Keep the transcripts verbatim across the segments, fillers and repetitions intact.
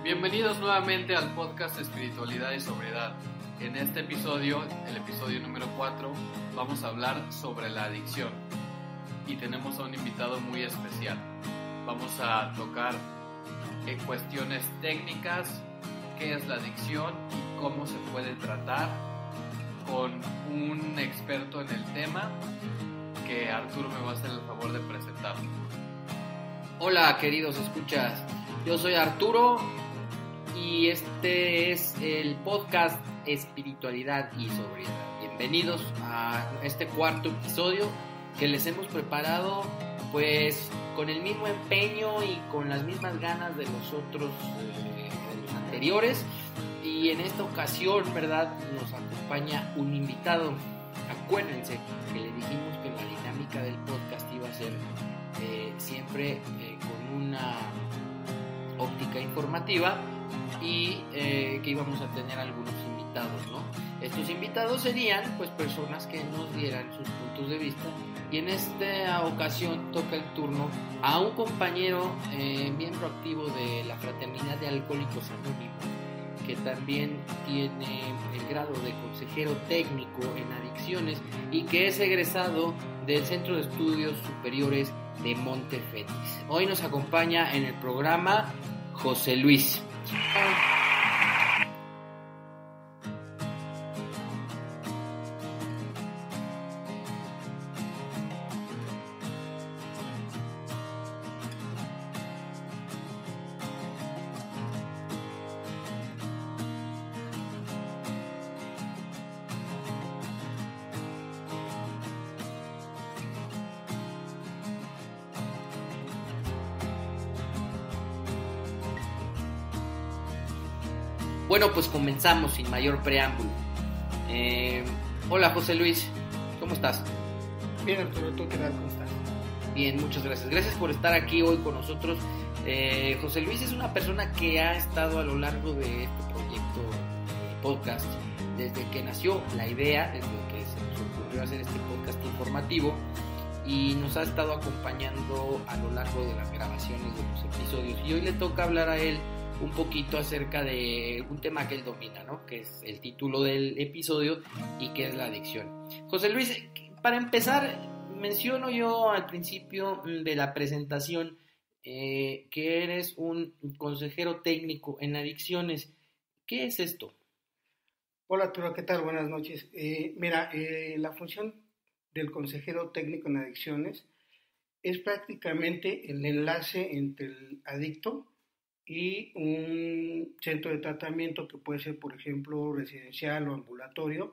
Bienvenidos nuevamente al podcast Espiritualidad y Sobriedad. En este episodio, el episodio número cuatro, vamos a hablar sobre la adicción y tenemos a un invitado muy especial. Vamos a tocar en cuestiones técnicas qué es la adicción y cómo se puede tratar con un experto en el tema que Arturo me va a hacer el favor de presentarlo. Hola queridos escuchas, yo soy Arturo y este es el podcast Espiritualidad y Sobriedad. Bienvenidos a este cuarto episodio que les hemos preparado pues con el mismo empeño y con las mismas ganas de los otros eh, de los anteriores, y en esta ocasión, verdad, nos acompaña un invitado. Acuérdense que le dijimos que la dinámica del podcast iba a ser eh, siempre eh, con una óptica informativa y eh, que íbamos a tener algunos invitados, ¿no? Estos invitados serían pues personas que nos dieran sus puntos de vista, y en esta ocasión toca el turno a un compañero eh, miembro activo de la Fraternidad de Alcohólicos Anónimos, que también tiene el grado de consejero técnico en adicciones y que es egresado del Centro de Estudios Superiores de Monte Fénix. Hoy nos acompaña en el programa José Luis. Bueno, pues comenzamos sin mayor preámbulo. Eh, hola José Luis, ¿cómo estás? Bien, Arturo, ¿tú qué tal? ¿Cómo estás? Bien, muchas gracias. Gracias por estar aquí hoy con nosotros. Eh, José Luis es una persona que ha estado a lo largo de este proyecto de podcast, desde que nació la idea, desde que se nos ocurrió hacer este podcast informativo, y nos ha estado acompañando a lo largo de las grabaciones de los episodios. Y hoy le toca hablar a él un poquito acerca de un tema que él domina, ¿no? Que es el título del episodio y que es la adicción. José Luis, para empezar, menciono yo al principio de la presentación eh, que eres un consejero técnico en adicciones. ¿Qué es esto? Hola Arturo, ¿qué tal? Buenas noches. Eh, mira, eh, la función del consejero técnico en adicciones es prácticamente el enlace entre el adicto y un centro de tratamiento que puede ser, por ejemplo, residencial o ambulatorio,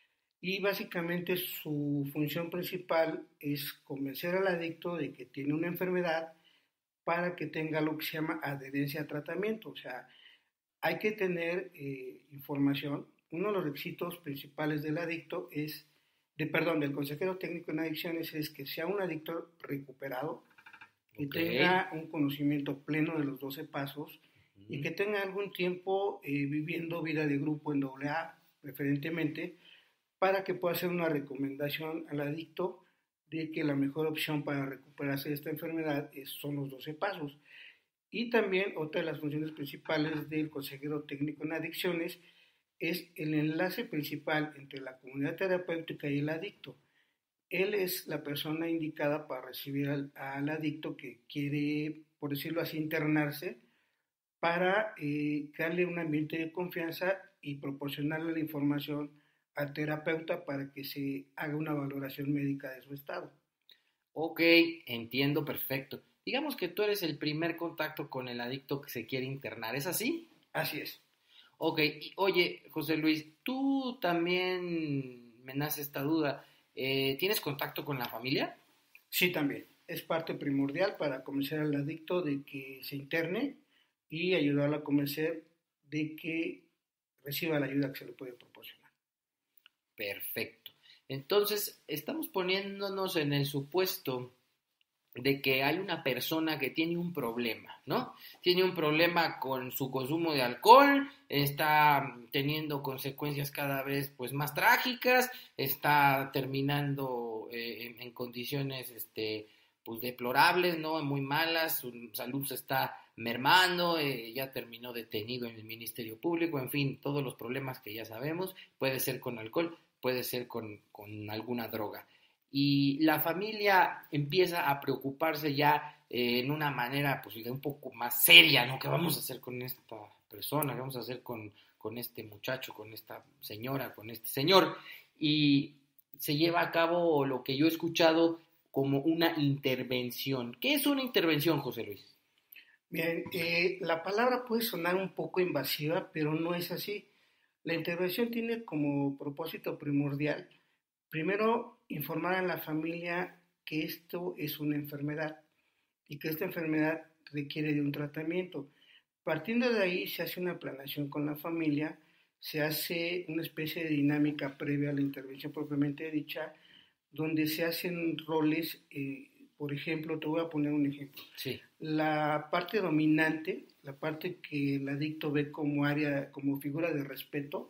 y básicamente su función principal es convencer al adicto de que tiene una enfermedad para que tenga lo que se llama adherencia a tratamiento. O sea, hay que tener eh, información. Uno de los requisitos principales del adicto es, de perdón, del consejero técnico en adicciones, es que sea un adicto recuperado, que okay. tenga un conocimiento pleno de los doce pasos uh-huh. y que tenga algún tiempo eh, viviendo vida de grupo en doble A, preferentemente, para que pueda hacer una recomendación al adicto de que la mejor opción para recuperarse de esta enfermedad es, son los doce pasos. Y también otra de las funciones principales del consejero técnico en adicciones es el enlace principal entre la comunidad terapéutica y el adicto. Él es la persona indicada para recibir al, al adicto que quiere, por decirlo así, internarse, para eh, darle un ambiente de confianza y proporcionarle la información al terapeuta para que se haga una valoración médica de su estado. Ok, entiendo perfecto. Digamos que tú eres el primer contacto con el adicto que se quiere internar, ¿es así? Así es. Ok, y, oye, José Luis, tú también me nace esta duda. Eh, ¿Tienes contacto con la familia? Sí, también. Es parte primordial para convencer al adicto de que se interne y ayudarlo a convencer de que reciba la ayuda que se le puede proporcionar. Perfecto. Entonces, estamos poniéndonos en el supuesto de que hay una persona que tiene un problema, ¿no? Tiene un problema con su consumo de alcohol, está teniendo consecuencias cada vez pues más trágicas, está terminando eh, en, en condiciones este pues deplorables, ¿no? Muy malas, su salud se está mermando, eh, ya terminó detenido en el Ministerio Público, en fin, todos los problemas que ya sabemos, puede ser con alcohol, puede ser con, con alguna droga. Y la familia empieza a preocuparse ya eh, en una manera pues un poco más seria, ¿no? ¿Qué vamos a hacer con esta persona? ¿Qué vamos a hacer con, con este muchacho, con esta señora, con este señor? Y se lleva a cabo lo que yo he escuchado como una intervención. ¿Qué es una intervención, José Luis? Bien, eh, la palabra puede sonar un poco invasiva, pero no es así. La intervención tiene como propósito primordial, primero, informar a la familia que esto es una enfermedad y que esta enfermedad requiere de un tratamiento. Partiendo de ahí se hace una planeación con la familia, se hace una especie de dinámica previa a la intervención propiamente dicha, donde se hacen roles, eh, por ejemplo, te voy a poner un ejemplo. Sí. La parte dominante, la parte que el adicto ve como área, como figura de respeto,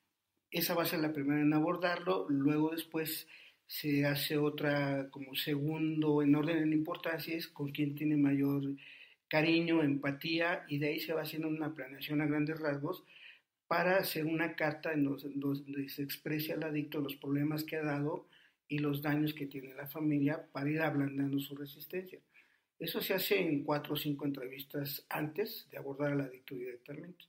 esa va a ser la primera en abordarlo, luego después se hace otra como segundo en orden en importancia, es con quien tiene mayor cariño, empatía, y de ahí se va haciendo una planeación a grandes rasgos para hacer una carta en donde se exprese al adicto los problemas que ha dado y los daños que tiene la familia para ir ablandando su resistencia. Eso se hace en cuatro o cinco entrevistas antes de abordar al adicto directamente.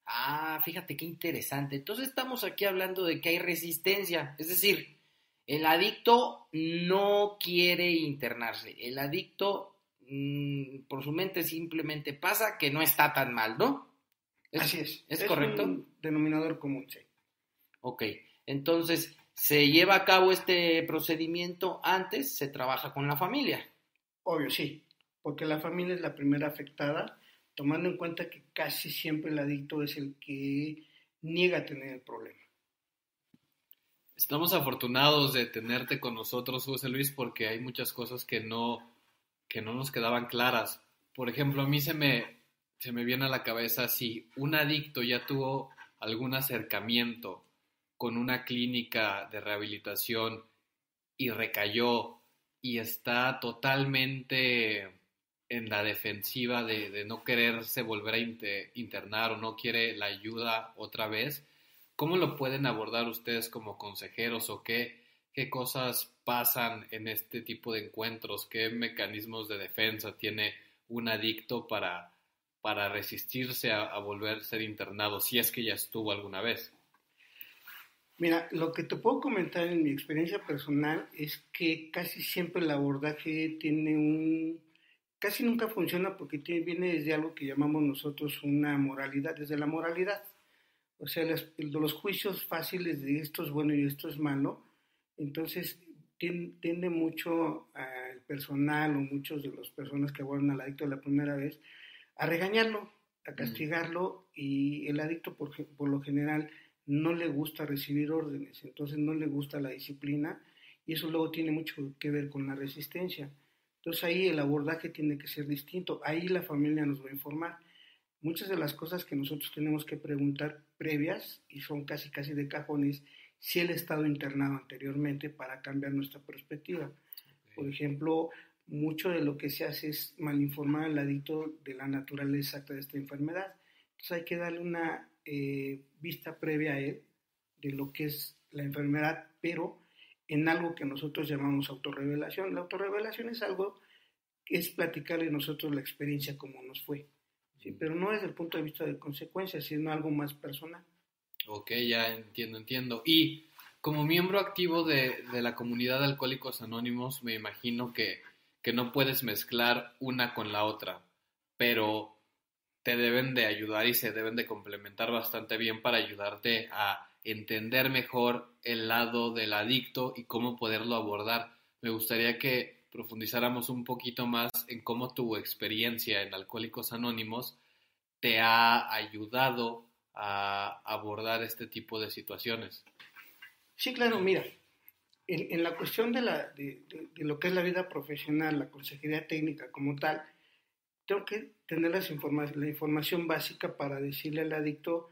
Ah, fíjate qué interesante. Entonces estamos aquí hablando de que hay resistencia, es decir, el adicto no quiere internarse, el adicto mmm, por su mente simplemente pasa que no está tan mal, ¿no? ¿Es, Así es. ¿Es, es correcto? Un denominador común, sí. Ok, entonces se lleva a cabo este procedimiento antes, se trabaja con la familia. Obvio, sí, porque la familia es la primera afectada, tomando en cuenta que casi siempre el adicto es el que niega tener el problema. Estamos afortunados de tenerte con nosotros, José Luis, porque hay muchas cosas que no, que no nos quedaban claras. Por ejemplo, a mí se me, se me viene a la cabeza si un adicto ya tuvo algún acercamiento con una clínica de rehabilitación y recayó y está totalmente en la defensiva de, de no quererse volver a inter, internar o no quiere la ayuda otra vez, ¿cómo lo pueden abordar ustedes como consejeros o qué, qué cosas pasan en este tipo de encuentros? ¿Qué mecanismos de defensa tiene un adicto para, para resistirse a, a volver a ser internado, si es que ya estuvo alguna vez? Mira, lo que te puedo comentar en mi experiencia personal es que casi siempre el abordaje tiene un... casi nunca funciona porque tiene, viene desde algo que llamamos nosotros una moralidad, desde la moralidad. O sea, los, los juicios fáciles de esto es bueno y esto es malo, entonces tiende mucho al personal o muchos de las personas que abordan al adicto la primera vez a regañarlo, a castigarlo, y el adicto por, por lo general no le gusta recibir órdenes, entonces no le gusta la disciplina y eso luego tiene mucho que ver con la resistencia. Entonces ahí el abordaje tiene que ser distinto, ahí la familia nos va a informar. Muchas de las cosas que nosotros tenemos que preguntar previas, y son casi casi de cajones, si él ha estado internado anteriormente para cambiar nuestra perspectiva. Okay. Por ejemplo, mucho de lo que se hace es malinformar al adicto de la naturaleza exacta de esta enfermedad. Entonces hay que darle una eh, vista previa a él de lo que es la enfermedad, pero en algo que nosotros llamamos autorrevelación. La autorrevelación es algo que es platicarle nosotros la experiencia como nos fue. Sí, pero no desde el punto de vista de consecuencias, sino algo más personal. Ok, ya entiendo, entiendo. Y como miembro activo de, de la comunidad de Alcohólicos Anónimos, me imagino que, que no puedes mezclar una con la otra, pero te deben de ayudar y se deben de complementar bastante bien para ayudarte a entender mejor el lado del adicto y cómo poderlo abordar. Me gustaría que profundizáramos un poquito más en cómo tu experiencia en Alcohólicos Anónimos te ha ayudado a abordar este tipo de situaciones. Sí, claro, mira, en, en la cuestión de, la, de, de, de lo que es la vida profesional, la consejería técnica como tal, tengo que tener las informa- la información básica para decirle al adicto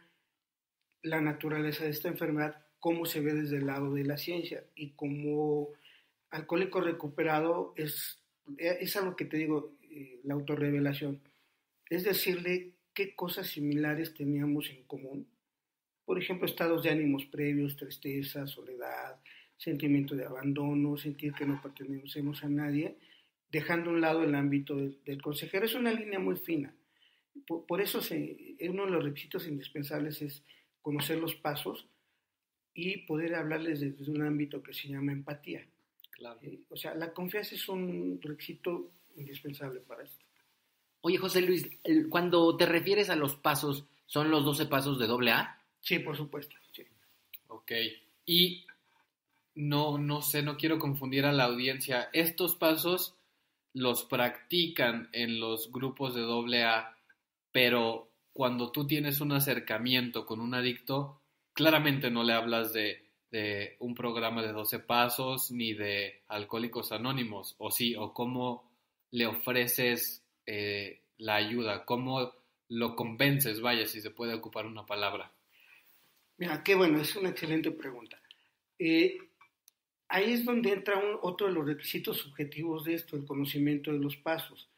la naturaleza de esta enfermedad, cómo se ve desde el lado de la ciencia, y como alcohólico recuperado es, es algo que te digo, eh, la autorrevelación. es decirle qué cosas similares teníamos en común. Por ejemplo, estados de ánimos previos, tristeza, soledad, sentimiento de abandono, sentir que no pertenecemos a nadie, dejando a un lado el ámbito del, del consejero. Es una línea muy fina. Por, por eso se, uno de los requisitos indispensables es conocer los pasos y poder hablarles desde un ámbito que se llama empatía. Claro. Eh, o sea, la confianza es un requisito indispensable para esto. Oye, José Luis, cuando te refieres a los pasos, ¿son los doce pasos de doble A? Sí, por supuesto. Sí. Ok. Y no, no sé, no quiero confundir a la audiencia. Estos pasos los practican en los grupos de doble A, pero cuando tú tienes un acercamiento con un adicto, claramente no le hablas de, de un programa de doce pasos ni de Alcohólicos Anónimos, o sí, o cómo le ofreces eh, la ayuda, cómo lo convences, vaya, si se puede ocupar una palabra. Mira, qué bueno, es una excelente pregunta. Eh, ahí es donde entra un, otro de los requisitos subjetivos de esto, el conocimiento de los pasos.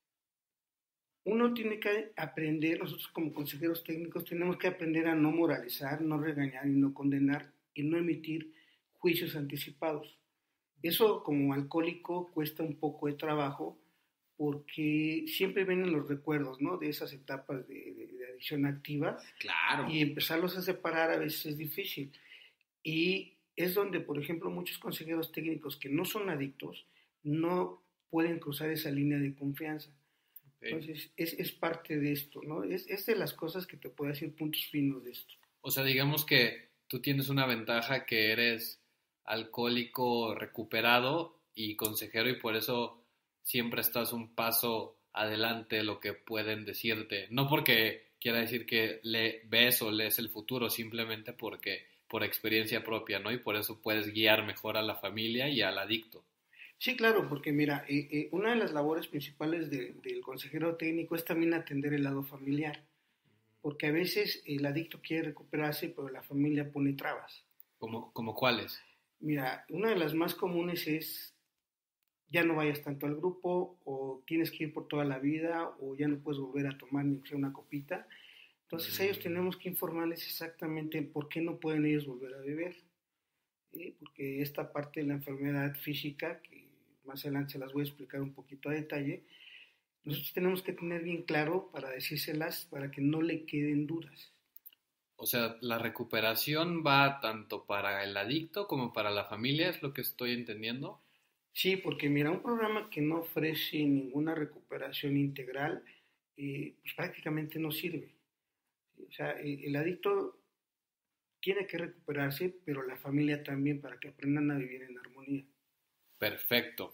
Uno tiene que aprender, nosotros como consejeros técnicos tenemos que aprender a no moralizar, no regañar y no condenar y no emitir juicios anticipados. Eso como alcohólico cuesta un poco de trabajo porque siempre vienen los recuerdos, ¿no?, de esas etapas de, de, de adicción activa. Claro. Y empezarlos a separar a veces es difícil. Y es donde, por ejemplo, muchos consejeros técnicos que no son adictos no pueden cruzar esa línea de confianza. Okay. Entonces, es, es parte de esto, ¿no? Es, es de las cosas que te puedo decir puntos finos de esto. O sea, digamos que tú tienes una ventaja que eres alcohólico recuperado y consejero y por eso siempre estás un paso adelante de lo que pueden decirte. No porque quiera decir que le ves o lees el futuro, simplemente porque por experiencia propia, ¿no? Y por eso puedes guiar mejor a la familia y al adicto. Sí, claro, porque mira, eh, eh, una de las labores principales de, del consejero técnico es también atender el lado familiar, porque a veces el adicto quiere recuperarse, pero la familia pone trabas. ¿Cómo, cómo cuáles? Mira, una de las más comunes es ya no vayas tanto al grupo, o tienes que ir por toda la vida, o ya no puedes volver a tomar ni que sea una copita. Entonces mm. ellos tenemos que informarles exactamente por qué no pueden ellos volver a beber. ¿Sí? Porque esta parte de la enfermedad física, que más adelante se las voy a explicar un poquito a detalle, nosotros tenemos que tener bien claro para decírselas, para que no le queden dudas. O sea, la recuperación va tanto para el adicto como para la familia, ¿es lo que estoy entendiendo? Sí, porque mira, un programa que no ofrece ninguna recuperación integral, eh, pues prácticamente no sirve. O sea, el, el adicto tiene que recuperarse, pero la familia también, para que aprendan a vivir en armonía. Perfecto.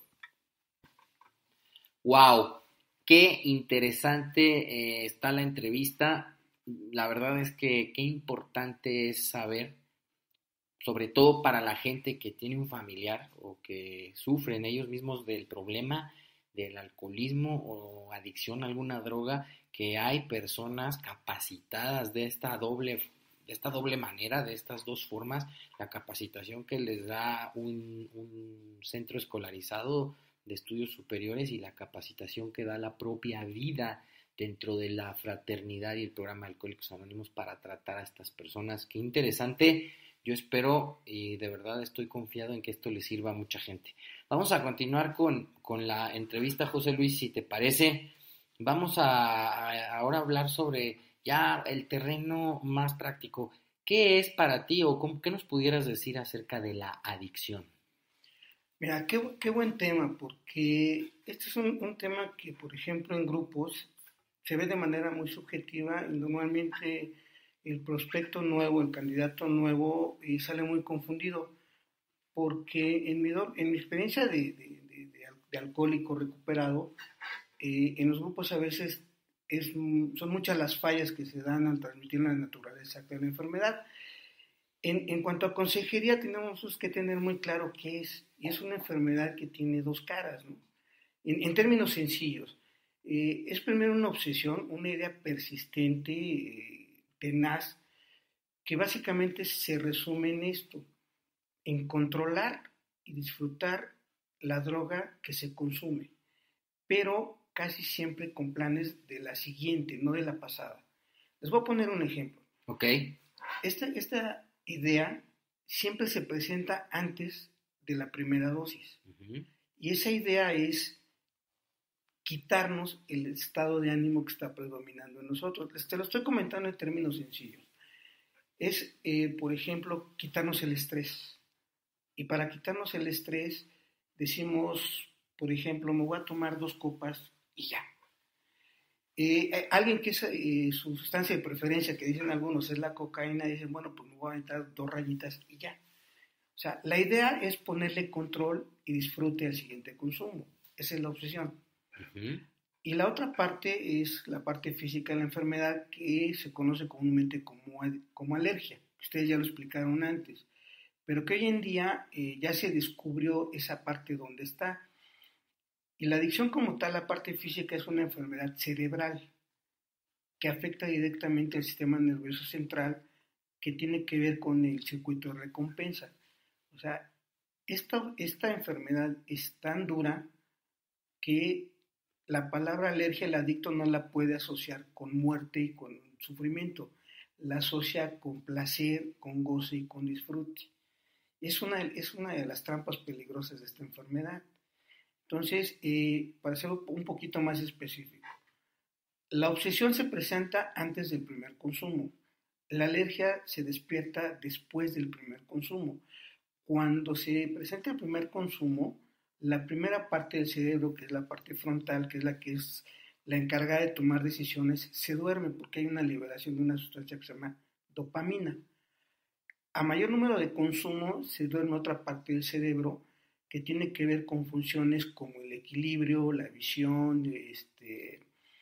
Wow, qué interesante eh, está la entrevista. La verdad es que qué importante es saber, sobre todo para la gente que tiene un familiar o que sufren ellos mismos del problema del alcoholismo o adicción a alguna droga, que hay personas capacitadas de esta doble, de esta doble manera, de estas dos formas, la capacitación que les da un, un centro escolarizado de estudios superiores y la capacitación que da la propia vida dentro de la fraternidad y el programa de Alcohólicos Anónimos para tratar a estas personas. Qué interesante. Yo espero y de verdad estoy confiado en que esto le sirva a mucha gente. Vamos a continuar con, con la entrevista, José Luis, si te parece. Vamos a, a ahora hablar sobre ya el terreno más práctico. ¿Qué es para ti o cómo, qué nos pudieras decir acerca de la adicción? Mira, qué, qué buen tema, porque este es un, un tema que, por ejemplo, en grupos se ve de manera muy subjetiva y normalmente el prospecto nuevo, el candidato nuevo, eh, sale muy confundido, porque en mi, en mi experiencia de, de, de, de alcohólico recuperado, eh, en los grupos a veces es, son muchas las fallas que se dan al transmitir la naturaleza de la enfermedad. En, en cuanto a consejería, tenemos que tener muy claro qué es, y es una enfermedad que tiene dos caras, ¿no? En, en términos sencillos, eh, es primero una obsesión, una idea persistente, eh, tenaz, que básicamente se resume en esto, en controlar y disfrutar la droga que se consume, pero casi siempre con planes de la siguiente, no de la pasada. Les voy a poner un ejemplo. Ok. Esta, esta idea siempre se presenta antes de la primera dosis. Uh-huh. Y esa idea es quitarnos el estado de ánimo que está predominando en nosotros. Te lo estoy comentando en términos sencillos. Es, eh, por ejemplo, quitarnos el estrés. Y para quitarnos el estrés, decimos, por ejemplo, me voy a tomar dos copas y ya. Eh, alguien que es eh, su sustancia de preferencia, que dicen algunos, es la cocaína, dicen, bueno, pues me voy a aventar dos rayitas y ya. O sea, la idea es ponerle control y disfrute al siguiente consumo. Esa es la obsesión. Uh-huh. Y la otra parte es la parte física de la enfermedad, que se conoce comúnmente como, como alergia. Ustedes ya lo explicaron antes. Pero que hoy en día eh, ya se descubrió esa parte donde está. Y la adicción como tal, la parte física, es una enfermedad cerebral que afecta directamente al sistema nervioso central, que tiene que ver con el circuito de recompensa. O sea, esta, esta enfermedad es tan dura que la palabra alergia, el adicto no la puede asociar con muerte y con sufrimiento. La asocia con placer, con goce y con disfrute. Es una, es una de las trampas peligrosas de esta enfermedad. Entonces, eh, para ser un poquito más específico, la obsesión se presenta antes del primer consumo. La alergia se despierta después del primer consumo. Cuando se presenta el primer consumo, la primera parte del cerebro, que es la parte frontal, que es la que es la encargada de tomar decisiones, se duerme porque hay una liberación de una sustancia que se llama dopamina. A mayor número de consumo, se duerme otra parte del cerebro que tiene que ver con funciones como el equilibrio, la visión, este,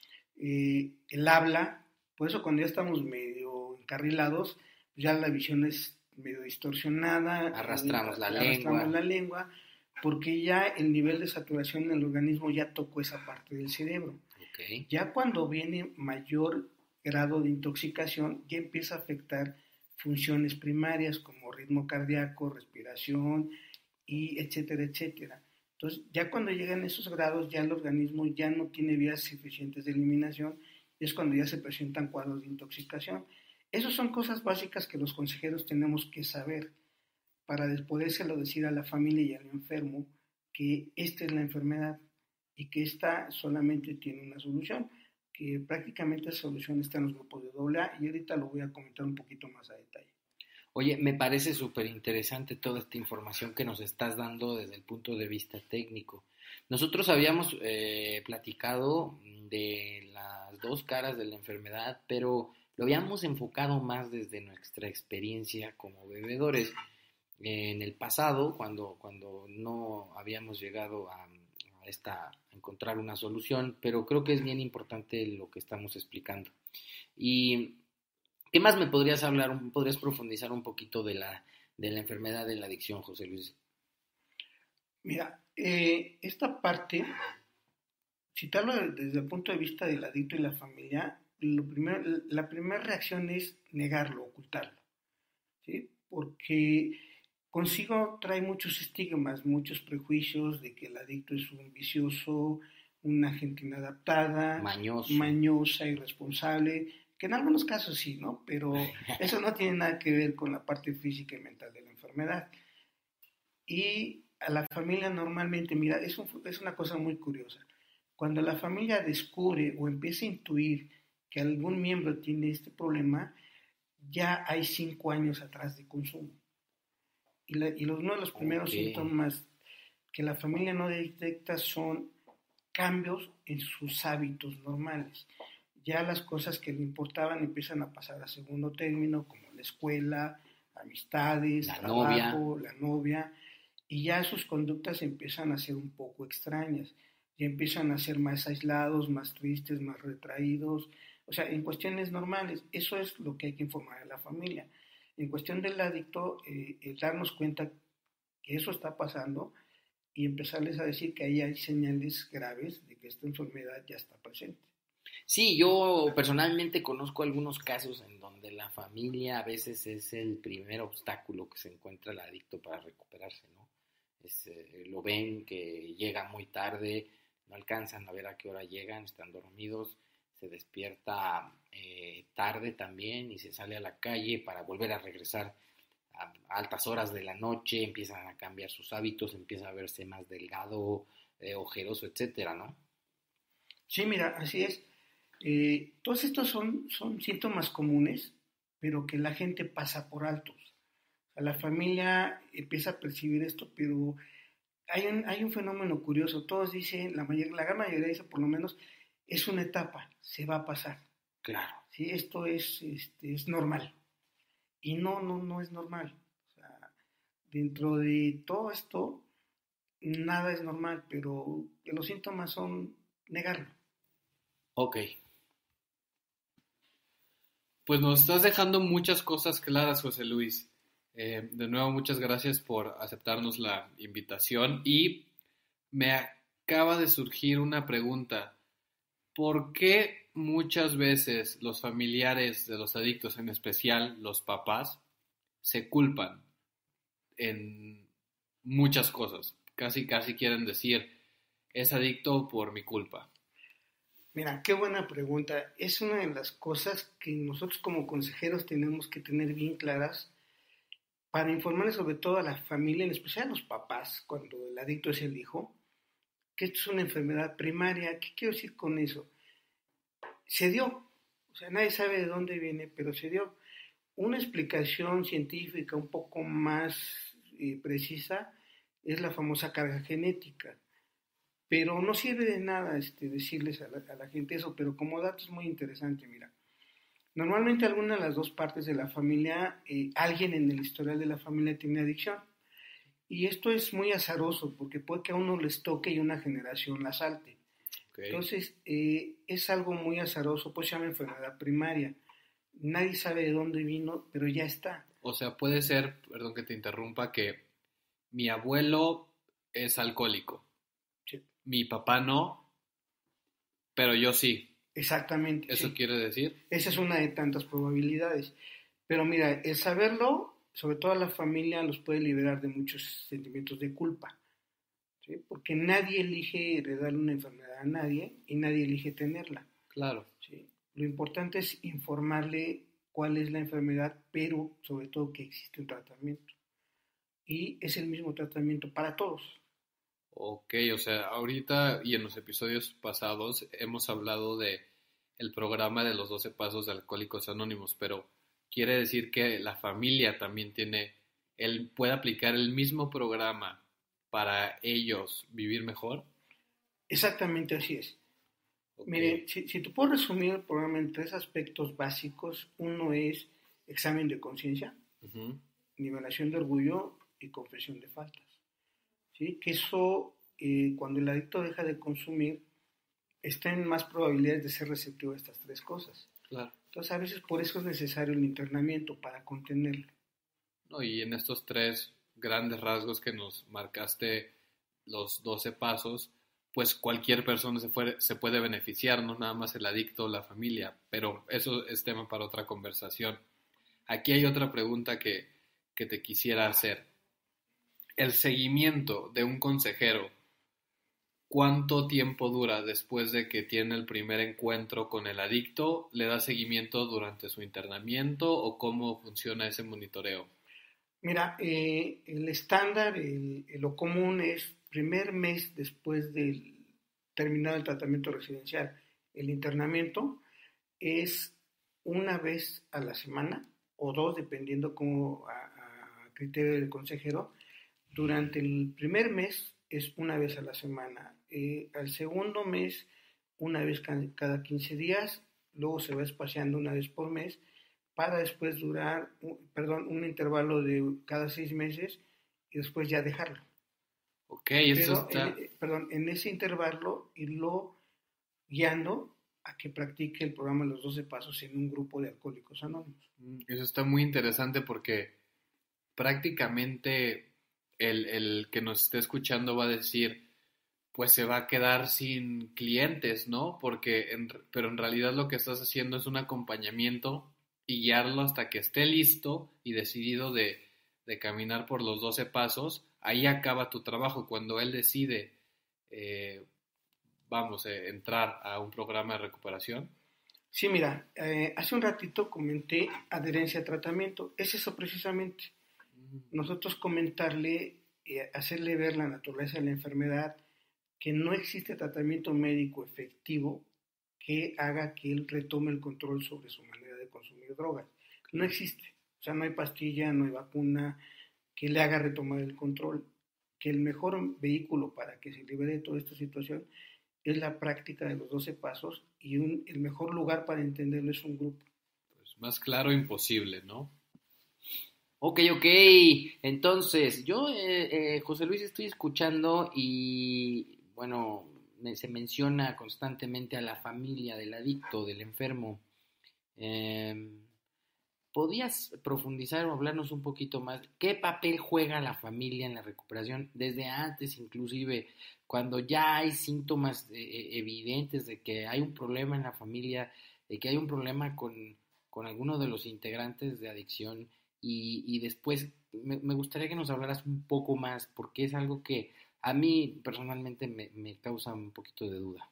eh, el habla. Por eso cuando ya estamos medio encarrilados, ya la visión es medio distorsionada. Arrastramos, eh, la, arrastramos lengua. la lengua, porque ya el nivel de saturación en el organismo ya tocó esa parte del cerebro. Okay. Ya cuando viene mayor grado de intoxicación, ya empieza a afectar funciones primarias como ritmo cardíaco, respiración, y etcétera, etcétera. Entonces, ya cuando llegan esos grados, ya el organismo ya no tiene vías suficientes de eliminación, y es cuando ya se presentan cuadros de intoxicación. Esas son cosas básicas que los consejeros tenemos que saber para podérselo decir a la familia y al enfermo que esta es la enfermedad y que esta solamente tiene una solución, que prácticamente esa solución está en los grupos de doble A, y ahorita lo voy a comentar un poquito más a detalle. Oye, me parece súper interesante toda esta información que nos estás dando desde el punto de vista técnico. Nosotros habíamos eh, platicado de las dos caras de la enfermedad, pero lo habíamos enfocado más desde nuestra experiencia como bebedores. En el pasado, cuando, cuando no habíamos llegado a, a, esta, a encontrar una solución, pero creo que es bien importante lo que estamos explicando. Y ¿qué más me podrías hablar, podrías profundizar un poquito de la, de la enfermedad de la adicción, José Luis? Mira, eh, esta parte, si te hablo desde el punto de vista del adicto y la familia, lo primero, la primera reacción es negarlo, ocultarlo, ¿sí? Porque consigo trae muchos estigmas, muchos prejuicios de que el adicto es un vicioso, una gente inadaptada, Mañoso. mañosa, irresponsable, que en algunos casos sí, ¿no? Pero eso no tiene nada que ver con la parte física y mental de la enfermedad. Y a la familia normalmente, mira, es, un, es una cosa muy curiosa. Cuando la familia descubre o empieza a intuir que algún miembro tiene este problema, ya hay cinco años atrás de consumo. Y, la, y los, uno de los primeros okay. síntomas que la familia no detecta son cambios en sus hábitos normales. Ya las cosas que le importaban empiezan a pasar a segundo término, como la escuela, amistades, la trabajo, novia. la novia, y ya sus conductas empiezan a ser un poco extrañas, ya empiezan a ser más aislados, más tristes, más retraídos, o sea, en cuestiones normales. Eso es lo que hay que informar a la familia. En cuestión del adicto, eh, eh, darnos cuenta que eso está pasando y empezarles a decir que ahí hay señales graves de que esta enfermedad ya está presente. Sí, yo personalmente conozco algunos casos en donde la familia a veces es el primer obstáculo que se encuentra el adicto para recuperarse, ¿no? Es, eh, lo ven que llega muy tarde, no alcanzan a ver a qué hora llegan, están dormidos, se despierta eh, tarde también y se sale a la calle para volver a regresar a altas horas de la noche, empiezan a cambiar sus hábitos, empieza a verse más delgado, eh, ojeroso, etcétera, ¿no? Sí, mira, así es. Eh, todos estos son, son síntomas comunes, pero que la gente pasa por altos. O sea, la familia empieza a percibir esto, pero hay un, hay un fenómeno curioso. Todos dicen, la, mayor, la gran mayoría dice por lo menos, es una etapa, se va a pasar. Claro. ¿Sí? Esto es, este, es normal. Y no, no, no es normal. O sea, dentro de todo esto, nada es normal, pero los síntomas son negarlo. Ok. Pues nos estás dejando muchas cosas claras, José Luis. Eh, de nuevo, muchas gracias por aceptarnos la invitación y me acaba de surgir una pregunta. ¿Por qué muchas veces los familiares de los adictos, en especial los papás, se culpan en muchas cosas? Casi, casi quieren decir, es adicto por mi culpa. Mira, qué buena pregunta. Es una de las cosas que nosotros como consejeros tenemos que tener bien claras para informarles sobre todo a la familia, en especial a los papás, cuando el adicto es el hijo, que esto es una enfermedad primaria. ¿Qué quiero decir con eso? Se dio, o sea, nadie sabe de dónde viene, pero se dio. Una explicación científica un poco más eh, precisa es la famosa carga genética. Pero no sirve de nada este, decirles a la, a la gente eso, pero como dato es muy interesante, mira. Normalmente alguna de las dos partes de la familia, eh, alguien en el historial de la familia tiene adicción. Y esto es muy azaroso, porque puede que a uno les toque y una generación la salte. Okay. Entonces, eh, es algo muy azaroso, pues se llama enfermedad primaria. Nadie sabe de dónde vino, pero ya está. O sea, puede ser, perdón que te interrumpa, que mi abuelo es alcohólico. Sí. Mi papá no, pero yo sí. Exactamente. ¿Eso sí. quiere decir? Esa es una de tantas probabilidades. Pero mira, el saberlo, sobre todo a la familia, los puede liberar de muchos sentimientos de culpa. ¿Sí? Porque nadie elige heredarle una enfermedad a nadie y nadie elige tenerla. Claro. ¿Sí? Lo importante es informarle cuál es la enfermedad, pero sobre todo que existe un tratamiento. Y es el mismo tratamiento para todos. Ok, o sea, ahorita y en los episodios pasados hemos hablado de el programa de los doce pasos de Alcohólicos Anónimos, pero quiere decir que la familia también tiene, él puede aplicar el mismo programa para ellos vivir mejor. Exactamente así es. Okay. Mire, si, si te puedo resumir el programa en tres aspectos básicos, uno es examen de conciencia, uh-huh. nivelación de orgullo y confesión de faltas. ¿Sí? Que eso, eh, cuando el adicto deja de consumir, está en más probabilidades de ser receptivo a estas tres cosas. Claro. Entonces, a veces por eso es necesario el internamiento, para contenerlo. No, y en estos tres grandes rasgos que nos marcaste, los doce pasos, pues cualquier persona se, fue, se puede beneficiar, no nada más el adicto o la familia, pero eso es tema para otra conversación. Aquí hay otra pregunta que, que te quisiera hacer. El seguimiento de un consejero, ¿cuánto tiempo dura después de que tiene el primer encuentro con el adicto? ¿Le da seguimiento durante su internamiento o cómo funciona ese monitoreo? Mira, eh, el estándar, el, lo común es primer mes después del terminado el tratamiento residencial. El internamiento es una vez a la semana o dos, dependiendo como a, a criterio del consejero. Durante el primer mes es una vez a la semana, eh, al segundo mes una vez cada quince días, luego se va espaciando una vez por mes, para después durar, perdón, un intervalo de cada seis meses y después ya dejarlo. Ok, eso Pero, está... en, perdón, en ese intervalo irlo guiando a que practique el programa de los doce pasos en un grupo de alcohólicos anónimos. Eso está muy interesante porque prácticamente el, el que nos esté escuchando va a decir, pues se va a quedar sin clientes, ¿no? Porque, en, pero en realidad lo que estás haciendo es un acompañamiento y guiarlo hasta que esté listo y decidido de, de caminar por los doce pasos. Ahí acaba tu trabajo, cuando él decide eh, vamos, eh, entrar a un programa de recuperación? Sí, mira, eh, hace un ratito comenté adherencia a tratamiento. Es eso precisamente. Nosotros comentarle, eh, hacerle ver la naturaleza de la enfermedad, que no existe tratamiento médico efectivo que haga que él retome el control sobre su manera de consumir drogas. No existe. O sea, no hay pastilla, no hay vacuna que le haga retomar el control. Que el mejor vehículo para que se libere de toda esta situación es la práctica de los doce pasos, y un, el mejor lugar para entenderlo es un grupo. Pues más claro imposible, ¿no? Ok, ok. Entonces, yo, eh, eh, José Luis, estoy escuchando y, bueno, me, se menciona constantemente a la familia del adicto, del enfermo. Eh, ¿Podrías profundizar o hablarnos un poquito más? ¿Qué papel juega la familia en la recuperación? Desde antes, inclusive, cuando ya hay síntomas eh, evidentes de que hay un problema en la familia, de que hay un problema con, con alguno de los integrantes de adicción, y, y después me, me gustaría que nos hablaras un poco más, porque es algo que a mí personalmente me, me causa un poquito de duda.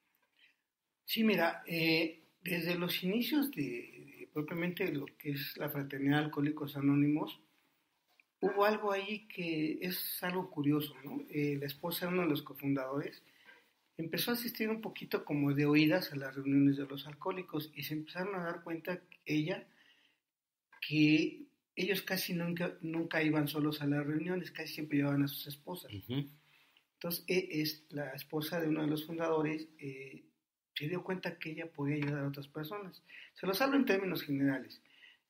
Sí, mira, eh, desde los inicios de, de propiamente lo que es la Fraternidad de Alcohólicos Anónimos, hubo algo ahí que es algo curioso, ¿no? Eh, la esposa de uno de los cofundadores empezó a asistir un poquito como de oídas a las reuniones de los alcohólicos, y se empezaron a dar cuenta ella que ellos casi nunca, nunca iban solos a las reuniones, casi siempre llevaban a sus esposas. Uh-huh. Entonces, es la esposa de uno de los fundadores, eh, se dio cuenta que ella podía ayudar a otras personas. Se los hablo en términos generales.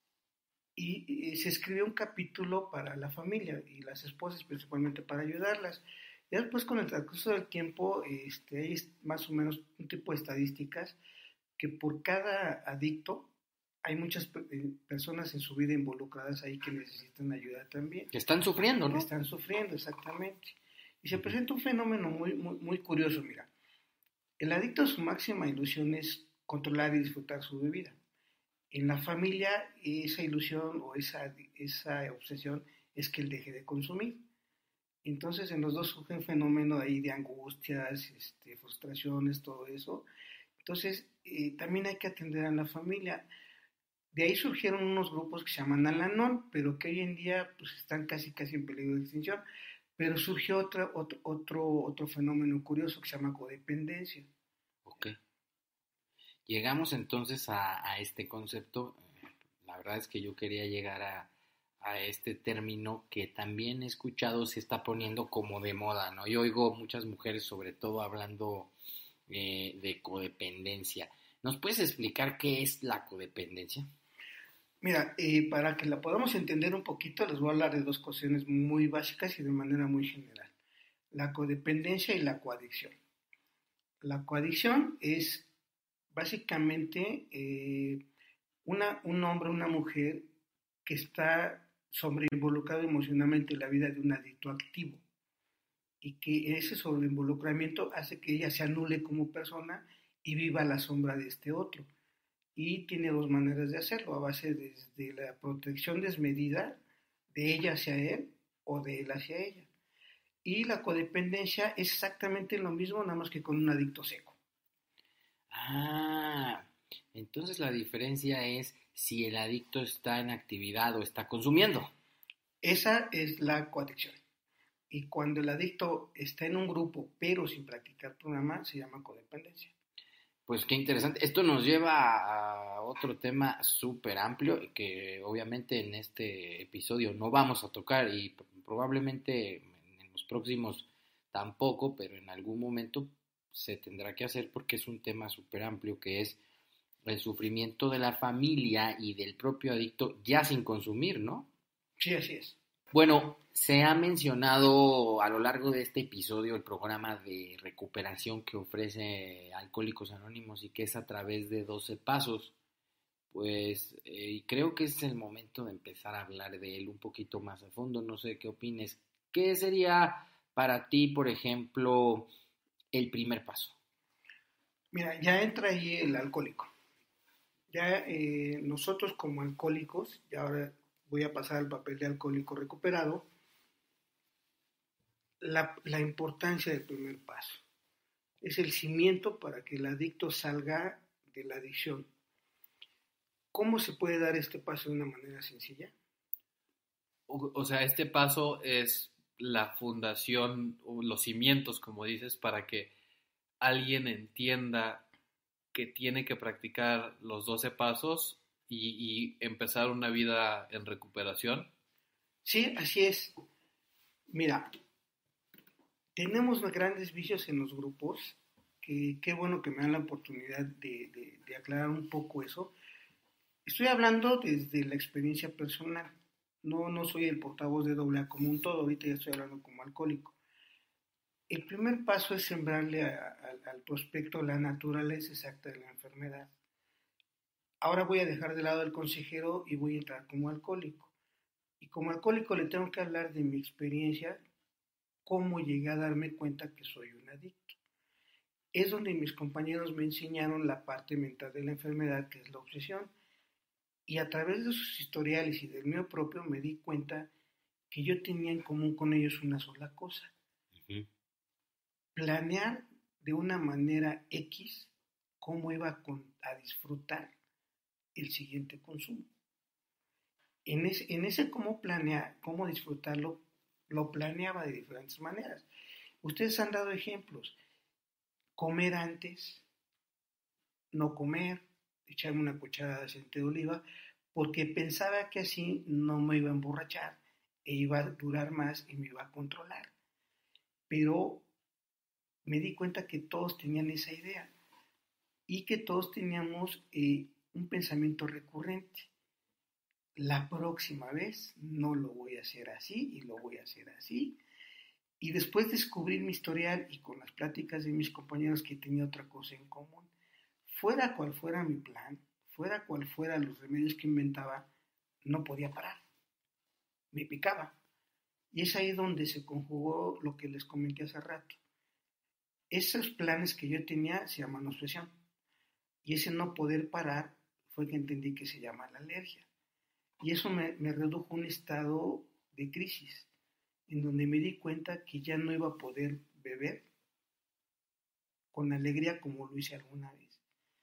Y, y se escribió un capítulo para la familia y las esposas principalmente para ayudarlas. Y después, con el transcurso del tiempo, este, hay más o menos un tipo de estadísticas que por cada adicto hay muchas personas en su vida involucradas ahí que necesitan ayuda también. Que están sufriendo, ¿no? Que están sufriendo, exactamente. Y se presenta un fenómeno muy, muy, muy curioso, mira. El adicto, su máxima ilusión es controlar y disfrutar su bebida. En la familia, esa ilusión o esa, esa obsesión es que él deje de consumir. Entonces, en los dos surge un fenómeno ahí de angustias, este, frustraciones, todo eso. Entonces, eh, también hay que atender a la familia. De ahí surgieron unos grupos que se llaman Al-Anon, pero que hoy en día pues, están casi, casi en peligro de extinción. Pero surgió otra, otro, otro, otro fenómeno curioso que se llama codependencia. Ok. Llegamos entonces a, a este concepto. La verdad es que yo quería llegar a, a este término que también he escuchado se está poniendo como de moda, ¿no? Yo oigo muchas mujeres sobre todo hablando eh, de codependencia. ¿Nos puedes explicar qué es la codependencia? Mira, eh, para que la podamos entender un poquito, les voy a hablar de dos cuestiones muy básicas y de manera muy general. La codependencia y la coadicción. La coadicción es básicamente eh, una, un hombre o una mujer que está sobreinvolucrado emocionalmente en la vida de un adicto activo, y que ese sobreinvolucramiento hace que ella se anule como persona y viva a la sombra de este otro. Y tiene dos maneras de hacerlo, a base desde la protección desmedida de ella hacia él o de él hacia ella. Y la codependencia es exactamente lo mismo, nada más que con un adicto seco. Ah, entonces la diferencia es si el adicto está en actividad o está consumiendo. Esa es la coadicción. Y cuando el adicto está en un grupo pero sin practicar programa, se llama codependencia. Pues qué interesante. Esto nos lleva a otro tema súper amplio que obviamente en este episodio no vamos a tocar y probablemente en los próximos tampoco, pero en algún momento se tendrá que hacer porque es un tema súper amplio que es el sufrimiento de la familia y del propio adicto ya sin consumir, ¿no? Sí, así es. Bueno, se ha mencionado a lo largo de este episodio el programa de recuperación que ofrece Alcohólicos Anónimos y que es a través de doce pasos. Pues eh, creo que es el momento de empezar a hablar de él un poquito más a fondo. No sé qué opines. ¿Qué sería para ti, por ejemplo, el primer paso? Mira, ya entra ahí el alcohólico. Ya eh, nosotros como alcohólicos, y ahora voy a pasar al papel de alcohólico recuperado, la, la importancia del primer paso. es el cimiento para que el adicto salga de la adicción. ¿Cómo se puede dar este paso de una manera sencilla? O, o sea, este paso es la fundación, o los cimientos, como dices, para que alguien entienda que tiene que practicar los doce pasos y, y empezar una vida en recuperación. Sí, así es. Mira, tenemos grandes vicios en los grupos, que qué bueno que me dan la oportunidad de, de, de aclarar un poco eso. Estoy hablando desde la experiencia personal. No, no soy el portavoz de doble A como un todo, ahorita ya estoy hablando como alcohólico. El primer paso es sembrarle a, a, al prospecto la naturaleza exacta de la enfermedad. Ahora voy a dejar de lado al consejero y voy a entrar como alcohólico. Y como alcohólico le tengo que hablar de mi experiencia, cómo llegué a darme cuenta que soy un adicto. Es donde mis compañeros me enseñaron la parte mental de la enfermedad, que es la obsesión. Y a través de sus historiales y del mío propio me di cuenta que yo tenía en común con ellos una sola cosa. Uh-huh. Planear de una manera X cómo iba a, con, a disfrutar el siguiente consumo. En ese, en ese cómo planear, cómo disfrutarlo, lo planeaba de diferentes maneras. Ustedes han dado ejemplos. Comer antes, no comer, echarme una cucharada de aceite de oliva, porque pensaba que así no me iba a emborrachar e iba a durar más y me iba a controlar. Pero me di cuenta que todos tenían esa idea y que todos teníamos eh, un pensamiento recurrente. La próxima vez no lo voy a hacer así y lo voy a hacer así. Y después descubrir mi historial y con las pláticas de mis compañeros que tenía otra cosa en común. Fuera cual fuera mi plan, fuera cual fuera los remedios que inventaba, no podía parar. Me picaba. Y es ahí donde se conjugó lo que les comenté hace rato. Esos planes que yo tenía se llaman obsesión. Y ese no poder parar fue que entendí que se llama la alergia. Y eso me, me redujo a un estado de crisis, en donde me di cuenta que ya no iba a poder beber con alegría como lo hice alguna vez.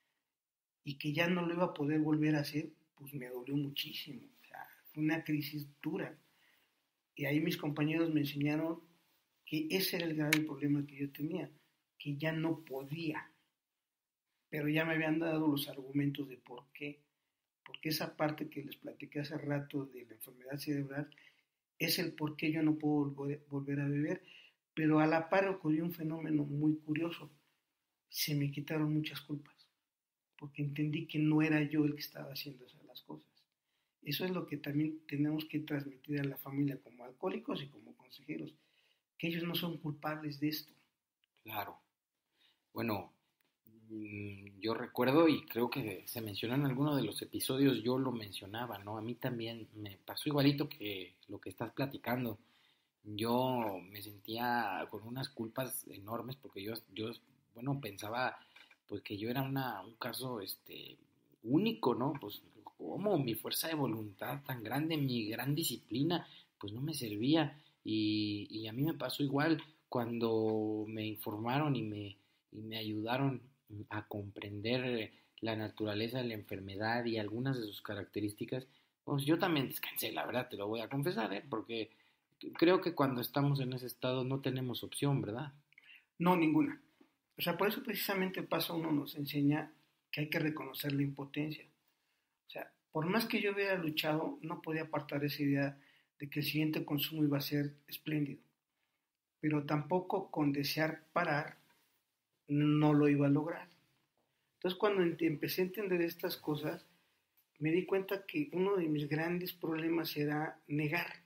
Y que ya no lo iba a poder volver a hacer, pues me dolió muchísimo. O sea, fue una crisis dura. Y ahí mis compañeros me enseñaron que ese era el grave problema que yo tenía, que ya no podía. Pero ya me habían dado los argumentos de por qué. Porque esa parte que les platiqué hace rato de la enfermedad cerebral es el por qué yo no puedo volver, volver a beber. Pero a la par ocurrió un fenómeno muy curioso. Se me quitaron muchas culpas. Porque entendí que no era yo el que estaba haciendo esas las cosas. Eso es lo que también tenemos que transmitir a la familia como alcohólicos y como consejeros, que ellos no son culpables de esto. Claro. Bueno, yo recuerdo y creo que se mencionó en alguno de los episodios, yo lo mencionaba, ¿no? A mí también me pasó igualito que lo que estás platicando. Yo me sentía con unas culpas enormes porque yo, yo bueno, pensaba pues que yo era una, un caso este, único, ¿no? Pues cómo mi fuerza de voluntad tan grande, mi gran disciplina, pues no me servía. Y, y a mí me pasó igual cuando me informaron y me, y me ayudaron a comprender la naturaleza de la enfermedad y algunas de sus características, pues yo también descansé, la verdad, te lo voy a confesar, ¿eh? Porque creo que cuando estamos en ese estado no tenemos opción, ¿verdad? No, ninguna. O sea, por eso precisamente el paso uno nos enseña que hay que reconocer la impotencia. O sea, por más que yo hubiera luchado, no podía apartar esa idea de que el siguiente consumo iba a ser espléndido. Pero tampoco con desear parar no lo iba a lograr. Entonces, cuando empecé a entender estas cosas, me di cuenta que uno de mis grandes problemas era negar.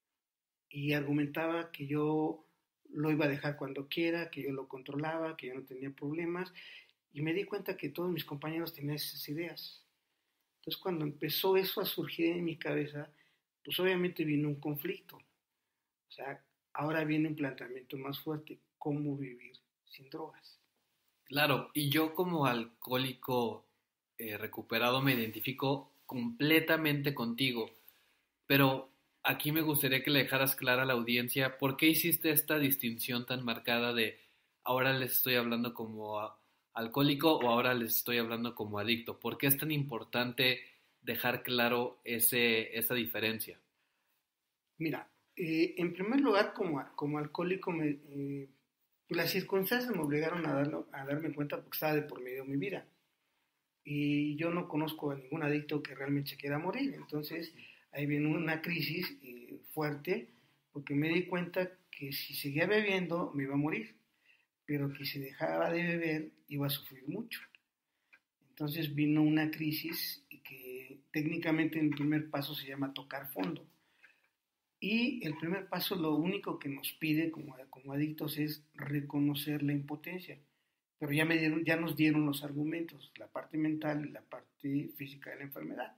Y argumentaba que yo lo iba a dejar cuando quiera, que yo lo controlaba, que yo no tenía problemas. Y me di cuenta que todos mis compañeros tenían esas ideas. Entonces, cuando empezó eso a surgir en mi cabeza, pues obviamente vino un conflicto. O sea, ahora viene un planteamiento más fuerte: ¿cómo vivir sin drogas? Claro, y yo como alcohólico eh, recuperado me identifico completamente contigo, pero aquí me gustaría que le dejaras clara a la audiencia por qué hiciste esta distinción tan marcada de ahora les estoy hablando como alcohólico o ahora les estoy hablando como adicto? ¿Por qué es tan importante dejar claro ese, esa diferencia? Mira, eh, en primer lugar, como, como alcohólico, me, eh, las circunstancias me obligaron a, darlo, a darme cuenta porque estaba de por medio de mi vida. Y yo no conozco a ningún adicto que realmente se quiera morir. Entonces, ahí viene una crisis eh, fuerte, porque me di cuenta que si seguía bebiendo me iba a morir, pero que si dejaba de beber iba a sufrir mucho. Entonces vino una crisis que técnicamente el primer paso se llama tocar fondo. Y el primer paso lo único que nos pide como, como adictos es reconocer la impotencia. Pero ya, me dieron, ya nos dieron los argumentos, la parte mental y la parte física de la enfermedad.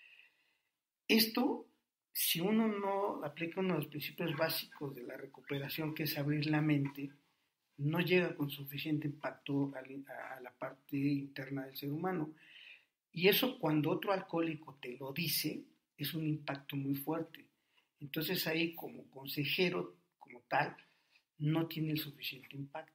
Esto, si uno no aplica uno de los principios básicos de la recuperación, que es abrir la mente, no llega con suficiente impacto a la parte interna del ser humano. Y eso, cuando otro alcohólico te lo dice, es un impacto muy fuerte. Entonces ahí, como consejero, como tal, no tiene el suficiente impacto.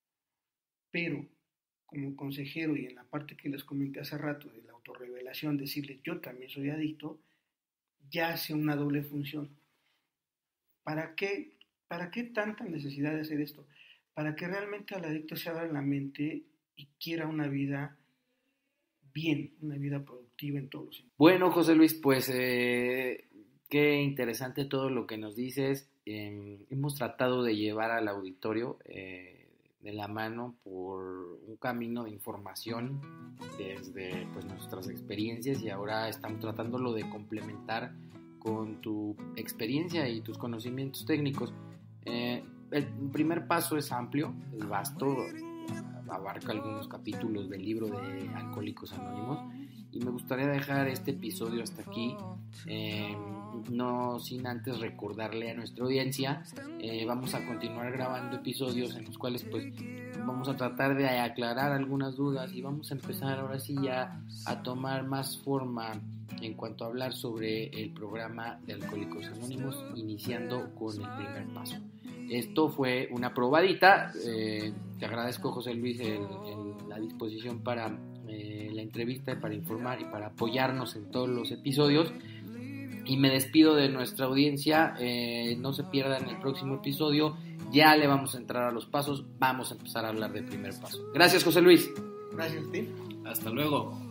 Pero como consejero y en la parte que les comenté hace rato de la autorrevelación, decirles yo también soy adicto, ya hace una doble función. ¿Para qué, para qué tanta necesidad de hacer esto? Para que realmente al adicto se abra la mente y quiera una vida bien, una vida productiva en todos los sentidos. Bueno, José Luis, pues eh, qué interesante todo lo que nos dices. Eh, hemos tratado de llevar al auditorio eh, de la mano por un camino de información desde pues, nuestras experiencias, y ahora estamos tratándolo de complementar con tu experiencia y tus conocimientos técnicos. Eh, el primer paso es amplio, es vasto, abarca algunos capítulos del libro de Alcohólicos Anónimos, y me gustaría dejar este episodio hasta aquí, eh, no sin antes recordarle a nuestra audiencia, eh, vamos a continuar grabando episodios en los cuales pues vamos a tratar de aclarar algunas dudas, y vamos a empezar ahora sí ya a tomar más forma en cuanto a hablar sobre el programa de Alcohólicos Anónimos, iniciando con el primer paso. Esto fue una probadita. Eh, te agradezco, José Luis, el, el, la disposición para eh, la entrevista, para informar y para apoyarnos en todos los episodios. Y me despido de nuestra audiencia. Eh, no se pierdan el próximo episodio. Ya le vamos a entrar a los pasos. Vamos a empezar a hablar del primer paso. Gracias, José Luis. Gracias a ti. Hasta luego.